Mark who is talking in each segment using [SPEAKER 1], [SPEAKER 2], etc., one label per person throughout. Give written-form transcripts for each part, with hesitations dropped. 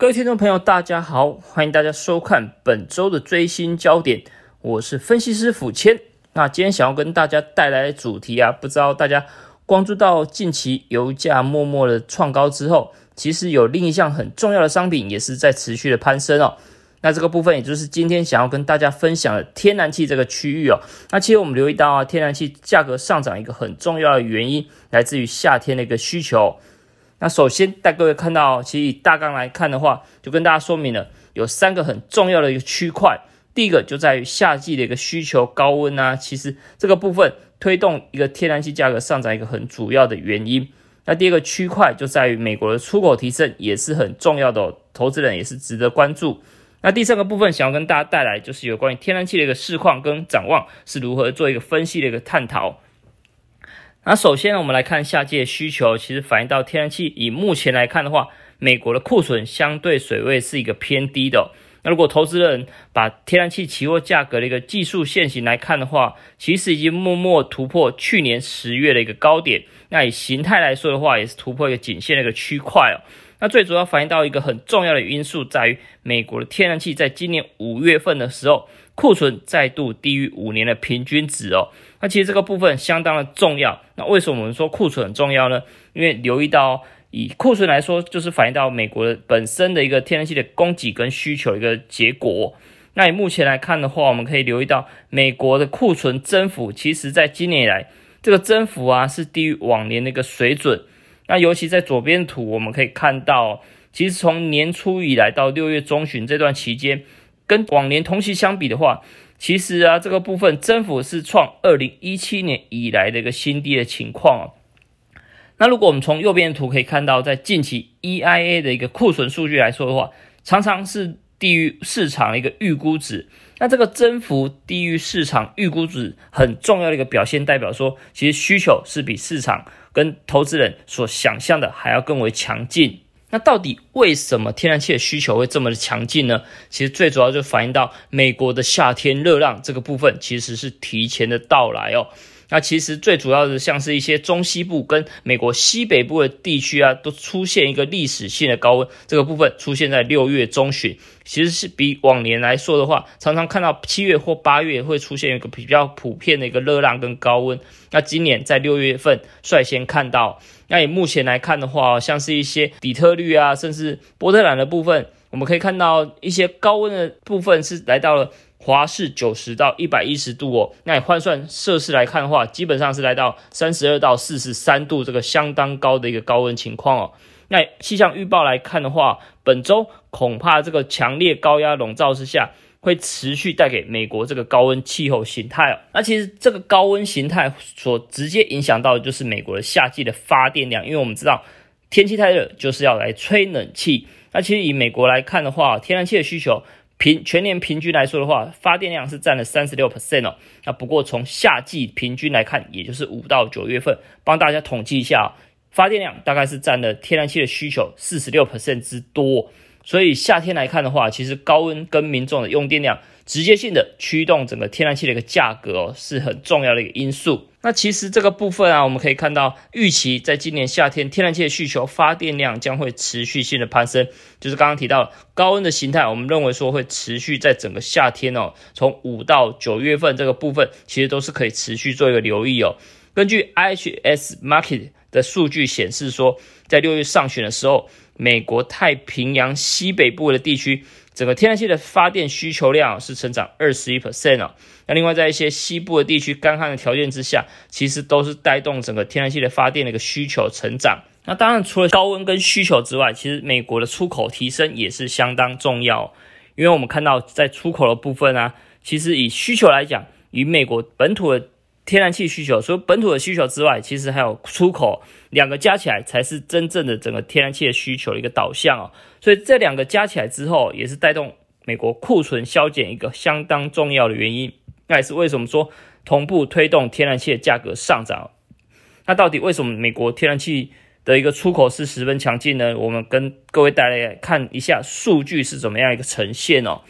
[SPEAKER 1] 各位听众朋友大家好，欢迎大家收看本周的最新焦点，我是分析师辅谦。那今天想要跟大家带来的主题不知道大家关注到近期油价默默的创高之后，其实有另一项很重要的商品也是在持续的攀升那这个部分也就是今天想要跟大家分享的天然气这个区域那其实我们留意到天然气价格上涨一个很重要的原因来自于夏天的一个需求。那首先带各位看到，其实以大纲来看的话，就跟大家说明了有3个很重要的一个区块。第一个就在于夏季的一个需求高温其实这个部分推动一个天然气价格上涨一个很主要的原因。那第二个区块就在于美国的出口提升也是很重要的投资人也是值得关注。那第3个部分想要跟大家带来就是有关于天然气的一个市况跟展望是如何做一个分析的一个探讨。那首先呢，我们来看夏季的需求，其实反映到天然气以目前来看的话，美国的库存相对水位是一个偏低的那如果投资人把天然气期货价格的一个技术线型来看的话，其实已经默默突破去年10月的一个高点。那以形态来说的话，也是突破一个颈线的一个区块那最主要反映到一个很重要的因素在于美国的天然气在今年5月份的时候，库存再度低于5年的平均值那其实这个部分相当的重要。那为什么我们说库存很重要呢？因为留意到以库存来说，就是反映到美国的本身的一个天然气的供给跟需求的一个结果。那以目前来看的话，我们可以留意到美国的库存增幅，其实在今年以来这个增幅是低于往年的一个水准。那尤其在左边图我们可以看到，其实从年初以来到6月中旬这段期间，跟往年同期相比的话，其实这个部分增幅是创2017年以来的一个新低的情况那如果我们从右边的图可以看到，在近期 EIA 的一个库存数据来说的话，常常是低于市场的一个预估值。那这个增幅低于市场预估值很重要的一个表现，代表说其实需求是比市场跟投资人所想象的还要更为强劲。那到底为什么天然气的需求会这么的强劲呢？其实最主要就反映到美国的夏天热浪这个部分其实是提前的到来那其实最主要的像是一些中西部跟美国西北部的地区都出现一个历史性的高温，这个部分出现在6月中旬，其实是比往年来说的话，常常看到7月或8月会出现一个比较普遍的一个热浪跟高温。那今年在6月份率先看到，那以目前来看的话，像是一些底特律甚至波特兰的部分，我们可以看到一些高温的部分是来到了华氏90到110度那以换算摄氏来看的话，基本上是来到32到43度，这个相当高的一个高温情况那气象预报来看的话，本周恐怕这个强烈高压笼罩之下，会持续带给美国这个高温气候形态那其实这个高温形态所直接影响到的就是美国的夏季的发电量，因为我们知道天气太热就是要来吹冷气。那其实以美国来看的话，天然气的需求全年平均来说的话，发电量是占了 36% 那不过从夏季平均来看，也就是5到9月份，帮大家统计一下发电量大概是占了天然气的需求 46% 之多。所以夏天来看的话，其实高温跟民众的用电量直接性的驱动整个天然气的一个价格是很重要的一个因素。那其实这个部分我们可以看到预期在今年夏天天然气的需求发电量将会持续性的攀升，就是刚刚提到高温的形态，我们认为说会持续在整个夏天从5到9月份这个部分其实都是可以持续做一个留意根据 IHS Markit 的数据显示说，在6月上旬的时候，美国太平洋西北部的地区整个天然气的发电需求量是成长 21% 那另外在一些西部的地区干旱的条件之下，其实都是带动整个天然气的发电的一个需求成长。那当然除了高温跟需求之外，其实美国的出口提升也是相当重要因为我们看到在出口的部分其实以需求来讲，以美国本土的天然气需求，除了本土的需求之外，其实还有出口，两个加起来才是真正的整个天然气的需求的一个导向所以这两个加起来之后，也是带动美国库存削减一个相当重要的原因。那也是为什么说同步推动天然气的价格上涨那到底为什么美国天然气的一个出口是十分强劲呢？我们跟各位带来看一下数据是怎么样一个呈现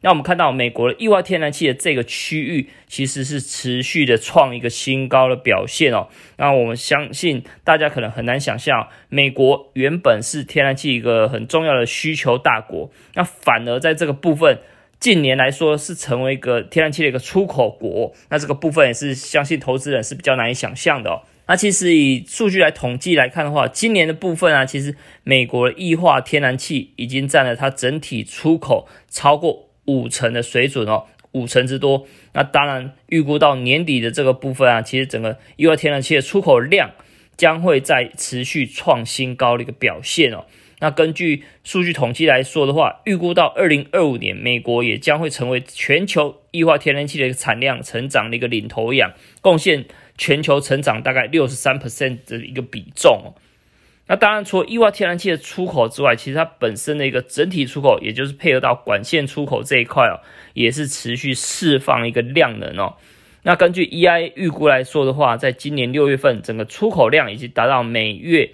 [SPEAKER 1] 那我们看到美国的液化天然气的这个区域其实是持续的创一个新高的表现哦。那我们相信大家可能很难想象，美国原本是天然气一个很重要的需求大国，那反而在这个部分近年来说是成为一个天然气的一个出口国，那这个部分也是相信投资人是比较难以想象的哦。那其实以数据来统计来看的话，今年的部分啊，其实美国的液化天然气已经占了它整体出口超过50%的水准哦，50%之多。那当然预估到年底的这个部分啊，其实整个液化天然气的出口量将会在持续创新高的一个表现哦。那根据数据统计来说的话，预估到2025年，美国也将会成为全球液化天然气的一个产量成长的一个领头羊，贡献全球成长大概 63% 的一个比重哦。那当然除了液化天然气的出口之外，其实它本身的一个整体出口，也就是配合到管线出口这一块哦，也是持续释放一个量能哦。那根据 EIA 预估来说的话，在今年6月份，整个出口量已经达到每月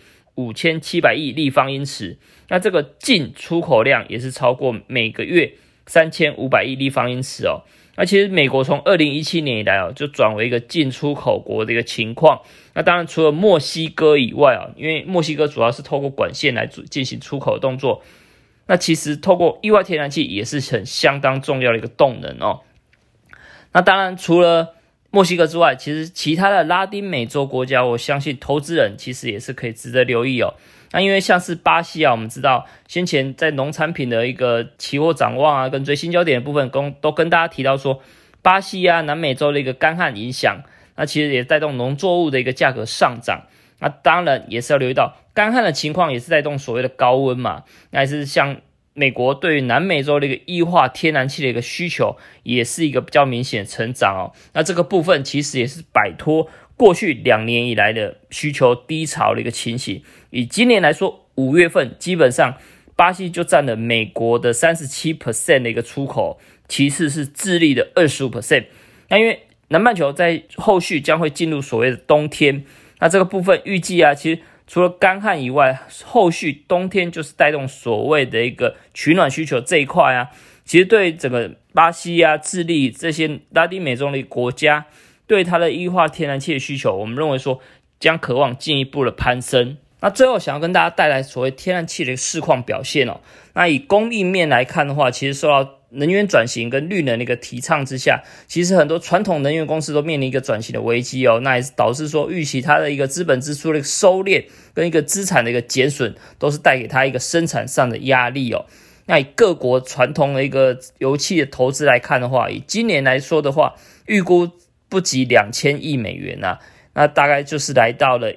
[SPEAKER 1] 5700亿立方英尺，那这个净出口量也是超过每个月3500亿立方英尺哦。那其实美国从2017年以来哦，就转为一个进出口国的一个情况。那当然除了墨西哥以外哦，因为墨西哥主要是透过管线来进行出口的动作，那其实透过液化天然气也是很相当重要的一个动能哦。那当然除了墨西哥之外，其实其他的拉丁美洲国家，我相信投资人其实也是可以值得留意哦。那因为像是巴西啊，我们知道先前在农产品的一个期货展望啊，跟最新焦点的部分都跟大家提到说，巴西啊南美洲的一个干旱影响，那其实也带动农作物的一个价格上涨。那当然也是要留意到干旱的情况，也是带动所谓的高温嘛。那也是像美国对于南美洲的一个液化天然气的一个需求，也是一个比较明显的成长哦。那这个部分其实也是摆脱过去2年以来的需求低潮的一个情形。以今年来说，5月份基本上巴西就占了美国的 37% 的一个出口，其次是智利的 25%。那因为南半球在后续将会进入所谓的冬天，那这个部分预计啊，其实除了干旱以外，后续冬天就是带动所谓的一个取暖需求这一块啊，其实对整个巴西啊、智利这些拉丁美洲的国家，对它的液化天然气的需求，我们认为说将渴望进一步的攀升。那最后想要跟大家带来所谓天然气的市况表现哦。那以供应面来看的话，其实受到能源转型跟绿能的一个提倡之下，其实很多传统能源公司都面临一个转型的危机哦。那也是导致说预期它的一个资本支出的一个收敛跟一个资产的一个减损，都是带给它一个生产上的压力哦。那以各国传统的一个油气的投资来看的话，以今年来说的话，预估不及2000亿美元啊。那大概就是来到了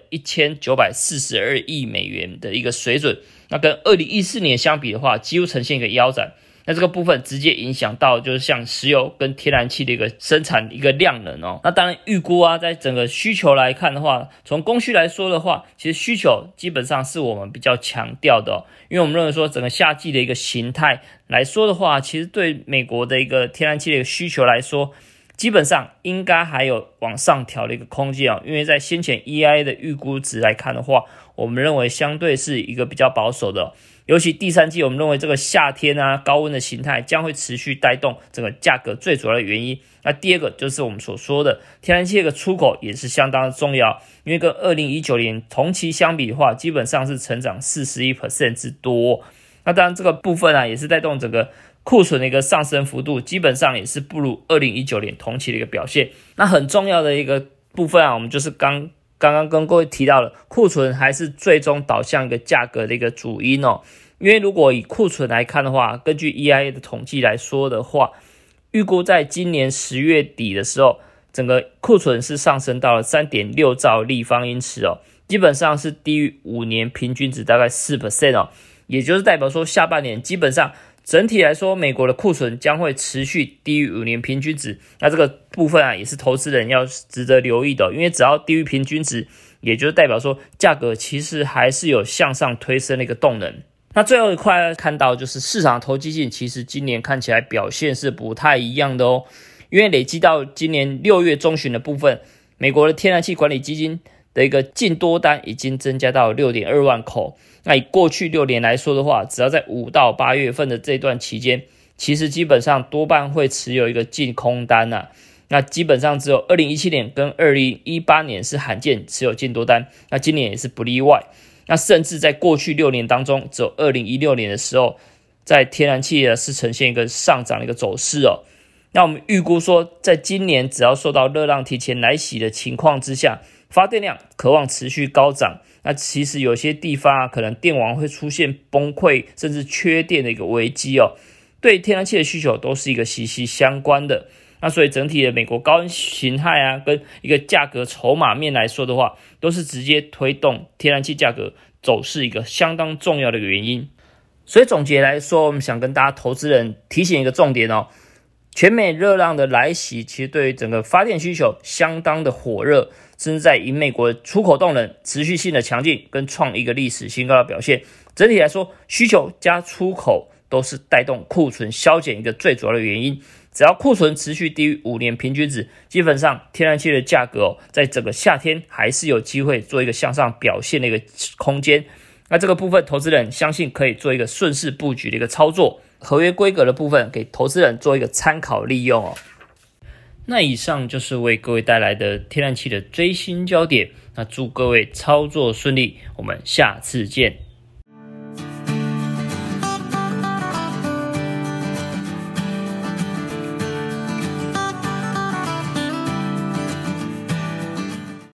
[SPEAKER 1] 1942亿美元的一个水准，那跟2014年相比的话，几乎呈现一个腰斩。那这个部分直接影响到就是像石油跟天然气的一个生产一个量能哦。那当然预估啊，在整个需求来看的话，从供需来说的话，其实需求基本上是我们比较强调的哦，因为我们认为说整个夏季的一个形态来说的话，其实对美国的一个天然气的一个需求来说，基本上应该还有往上调的一个空间哦，因为在先前 EIA 的预估值来看的话，我们认为相对是一个比较保守的哦。尤其第三季，我们认为这个夏天啊高温的形态将会持续带动整个价格最主要的原因。那第二个就是我们所说的天然气的出口也是相当的重要，因为跟2019年同期相比的话，基本上是成长 41% 之多。那当然这个部分啊也是带动整个库存的一个上升幅度，基本上也是不如2019年同期的一个表现。那很重要的一个部分啊，我们就是刚刚跟各位提到了，库存还是最终导向一个价格的一个主因哦。因为如果以库存来看的话，根据 EIA 的统计来说的话，预估在今年10月底的时候，整个库存是上升到了 3.6 兆立方英尺哦，基本上是低于5年平均值大概 4% 哦，也就是代表说下半年基本上整体来说，美国的库存将会持续低于5年平均值。那这个部分啊，也是投资人要值得留意的，因为只要低于平均值，也就是代表说价格其实还是有向上推升的一个动能。那最后一块看到就是市场投机性，其实今年看起来表现是不太一样的哦，因为累积到今年6月中旬的部分，美国的天然气管理基金的一个净多单已经增加到 6.2 万口。那以过去6年来说的话，只要在5到8月份的这段期间， 其实基本上多半会持有一个净空单啊。那基本上只有2017年跟2018年是罕见持有净多单，那今年也是不例外。那甚至在过去6年当中，只有2016年的时候，在天然气是呈现一个上涨的一个走势哦。那我们预估说，在今年只要受到热浪提前来袭的情况之下，发电量渴望持续高涨，那其实有些地方可能电网会出现崩溃甚至缺电的一个危机哦，对天然气的需求都是一个息息相关的。那所以整体的美国高温形态跟一个价格筹码面来说的话，都是直接推动天然气价格走势一个相当重要的一个原因。所以总结来说，我们想跟大家投资人提醒一个重点哦，全美热浪的来袭其实对于整个发电需求相当的火热，甚至在以美国出口动能持续性的强劲跟创一个历史新高的表现。整体来说，需求加出口都是带动库存削减一个最主要的原因。只要库存持续低于5年平均值，基本上天然气的价格在整个夏天还是有机会做一个向上表现的一个空间。那这个部分投资人相信可以做一个顺势布局的一个操作，合约规格的部分给投资人做一个参考利用哦。那以上就是为各位带来的天然气的追新焦点，那祝各位操作顺利，我们下次见。